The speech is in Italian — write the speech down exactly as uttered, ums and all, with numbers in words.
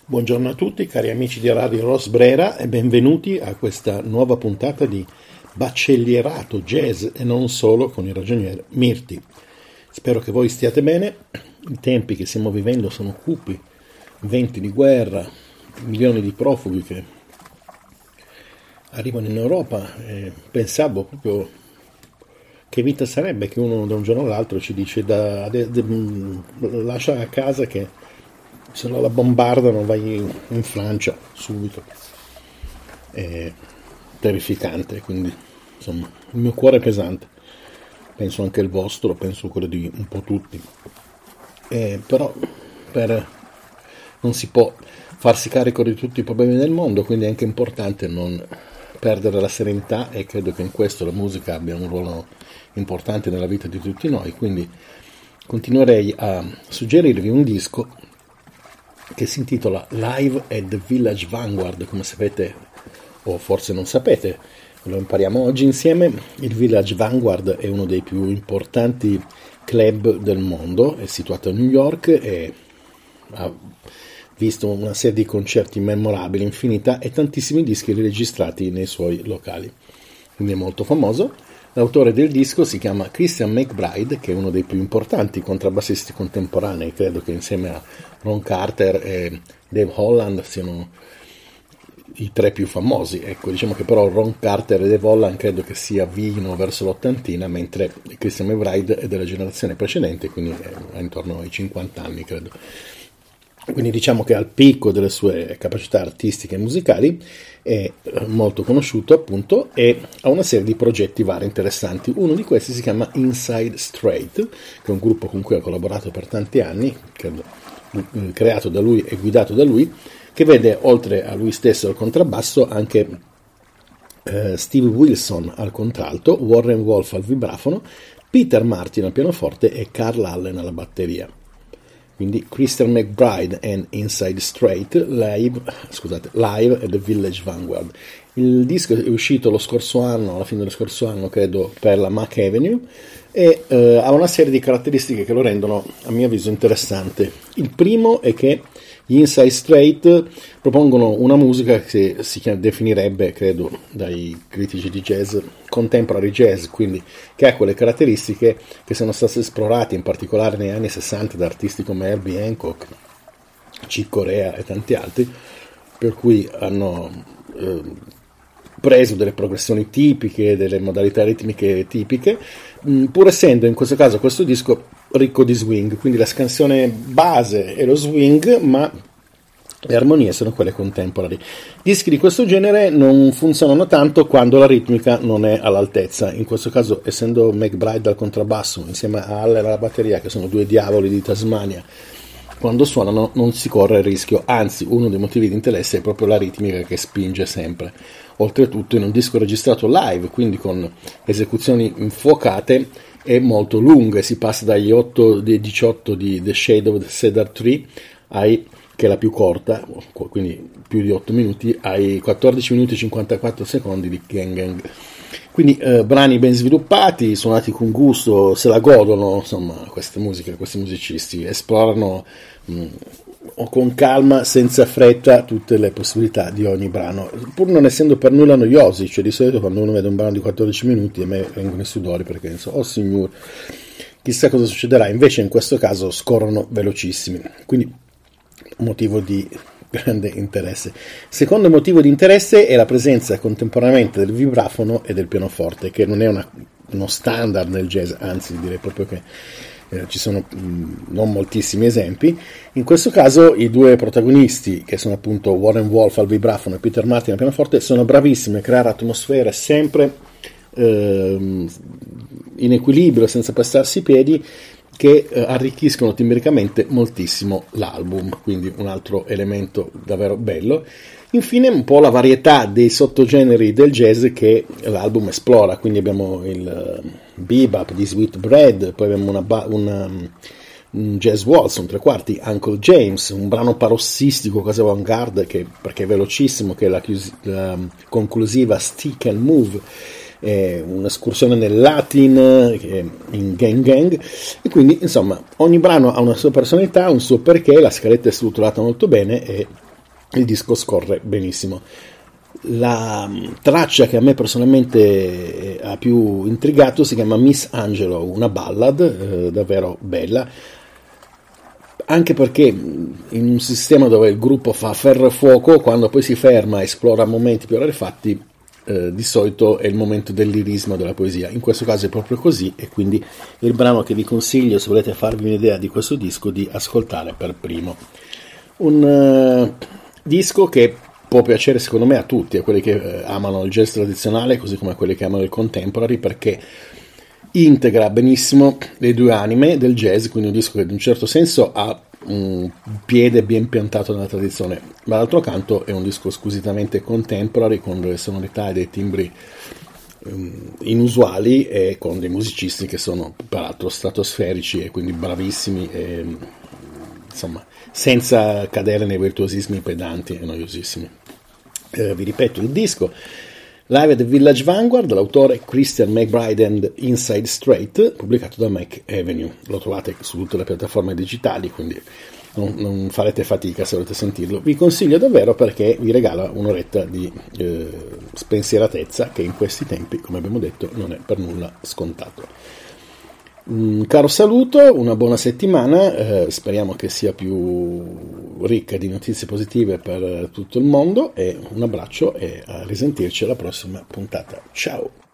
Buongiorno a tutti cari amici di Radio Rosbrera e benvenuti a questa nuova puntata di Baccellierato Jazz e non solo con il ragionier Mirti. Spero che voi stiate bene, i tempi che stiamo vivendo sono cupi, venti di guerra, milioni di profughi che arrivano in Europa e pensavo proprio che vita sarebbe che uno da un giorno all'altro ci dice da, de, de, lascia a casa che se no la bombardano, vai in Francia subito. È terrificante, quindi insomma il mio cuore è pesante, penso anche il vostro, penso quello di un po' tutti. Eh, però per, non si può farsi carico di tutti i problemi del mondo, quindi è anche importante non perdere la serenità e credo che in questo la musica abbia un ruolo importante nella vita di tutti noi, quindi continuerei a suggerirvi un disco che si intitola Live at the Village Vanguard. Come sapete, o forse non sapete, lo impariamo oggi insieme. Il Village Vanguard è uno dei più importanti club del mondo, è situato a New York e ha visto una serie di concerti memorabili, infinita, e tantissimi dischi registrati nei suoi locali, quindi è molto famoso. L'autore del disco si chiama Christian McBride, che è uno dei più importanti contrabbassisti contemporanei, credo che insieme a Ron Carter e Dave Holland siano i tre più famosi. Ecco, diciamo che però Ron Carter e Dave Holland credo che si avviino verso l'ottantina, mentre Christian McBride è della generazione precedente, quindi è intorno ai cinquanta anni, credo. Quindi diciamo che al picco delle sue capacità artistiche e musicali è molto conosciuto appunto e ha una serie di progetti vari interessanti. Uno di questi si chiama Inside Straight, che è un gruppo con cui ha collaborato per tanti anni, credo, creato da lui e guidato da lui, che vede oltre a lui stesso al contrabbasso anche eh, Steve Wilson al contralto, Warren Wolf al vibrafono, Peter Martin al pianoforte e Carl Allen alla batteria. Quindi Christian McBride and Inside Straight live, scusate, live at the Village Vanguard. Il disco è uscito lo scorso anno, alla fine dello scorso anno credo, per la Mac Avenue e eh, ha una serie di caratteristiche che lo rendono a mio avviso interessante. Il primo è che gli Inside Straight propongono una musica che si definirebbe, credo, dai critici di jazz, contemporary jazz, quindi che ha quelle caratteristiche che sono state esplorate in particolare negli anni sessanta da artisti come Herbie Hancock, Chick Corea e tanti altri, per cui hanno eh, preso delle progressioni tipiche, delle modalità ritmiche tipiche, mh, pur essendo in questo caso questo disco ricco di swing, quindi la scansione base è lo swing, ma le armonie sono quelle contemporanee. Dischi di questo genere non funzionano tanto quando la ritmica non è all'altezza. In questo caso, essendo McBride al contrabbasso insieme a Haller alla batteria, che sono due diavoli di Tasmania, quando suonano non si corre il rischio, anzi uno dei motivi di interesse è proprio la ritmica che spinge sempre. Oltretutto in un disco registrato live, quindi con esecuzioni infuocate, è molto lunga, si passa dagli otto dei diciotto di The Shade of the Cedar Tree ai, che è la più corta, quindi più di otto minuti, ai quattordici minuti e cinquantaquattro secondi di Gang Gang. Quindi eh, brani ben sviluppati, suonati con gusto, se la godono, insomma, queste musiche, questi musicisti esplorano mh, con calma, senza fretta, tutte le possibilità di ogni brano, pur non essendo per nulla noiosi. Cioè di solito quando uno vede un brano di quattordici minuti a me vengono i sudori perché penso, oh signore, chissà cosa succederà. Invece in questo caso scorrono velocissimi, quindi motivo di grande interesse. Secondo motivo di interesse è la presenza contemporaneamente del vibrafono e del pianoforte, che non è una, uno standard nel jazz, anzi direi proprio che eh, ci sono mh, non moltissimi esempi. In questo caso i due protagonisti, che sono appunto Warren Wolf al vibrafono e Peter Martin al pianoforte, sono bravissimi a creare atmosfere sempre eh, in equilibrio, senza pestarsi i piedi, che eh, arricchiscono timbricamente moltissimo l'album, quindi un altro elemento davvero bello. Infine un po' la varietà dei sottogeneri del jazz che l'album esplora, quindi abbiamo il uh, bebop di Sweet Bread, poi abbiamo una, ba- una un jazz waltz, un tre quarti, Uncle James, un brano parossistico quasi avant-garde che, perché è velocissimo, che è la, chius- la conclusiva Stick and Move, eh, un'escursione nel Latin eh, in Gang Gang, e quindi insomma ogni brano ha una sua personalità, un suo perché, la scaletta è strutturata molto bene e il disco scorre benissimo. La traccia che a me personalmente ha più intrigato si chiama Miss Angelo, una ballad eh, davvero bella, anche perché in un sistema dove il gruppo fa ferro e fuoco, quando poi si ferma e esplora momenti più rarefatti, eh, di solito è il momento del lirismo della poesia. In questo caso è proprio così, e quindi il brano che vi consiglio, se volete farvi un'idea di questo disco, di ascoltare per primo. Un uh, disco che può piacere secondo me a tutti, a quelli che eh, amano il jazz tradizionale così come a quelli che amano il contemporary, perché integra benissimo le due anime del jazz, quindi un disco che in un certo senso ha un piede ben piantato nella tradizione, ma d'altro canto è un disco squisitamente contemporary, con delle sonorità e dei timbri um, inusuali, e con dei musicisti che sono peraltro stratosferici e quindi bravissimi, e, insomma, senza cadere nei virtuosismi pedanti e noiosissimi. Eh, vi ripeto il disco: Live at the Village Vanguard, l'autore Christian McBride and Inside Straight, pubblicato da Mac Avenue. Lo trovate su tutte le piattaforme digitali, quindi non, non farete fatica se volete sentirlo. Vi consiglio davvero, perché vi regala un'oretta di eh, spensieratezza che in questi tempi, come abbiamo detto, non è per nulla scontato. Un caro saluto, una buona settimana, eh, speriamo che sia più ricca di notizie positive per tutto il mondo, e un abbraccio e a risentirci alla prossima puntata. Ciao!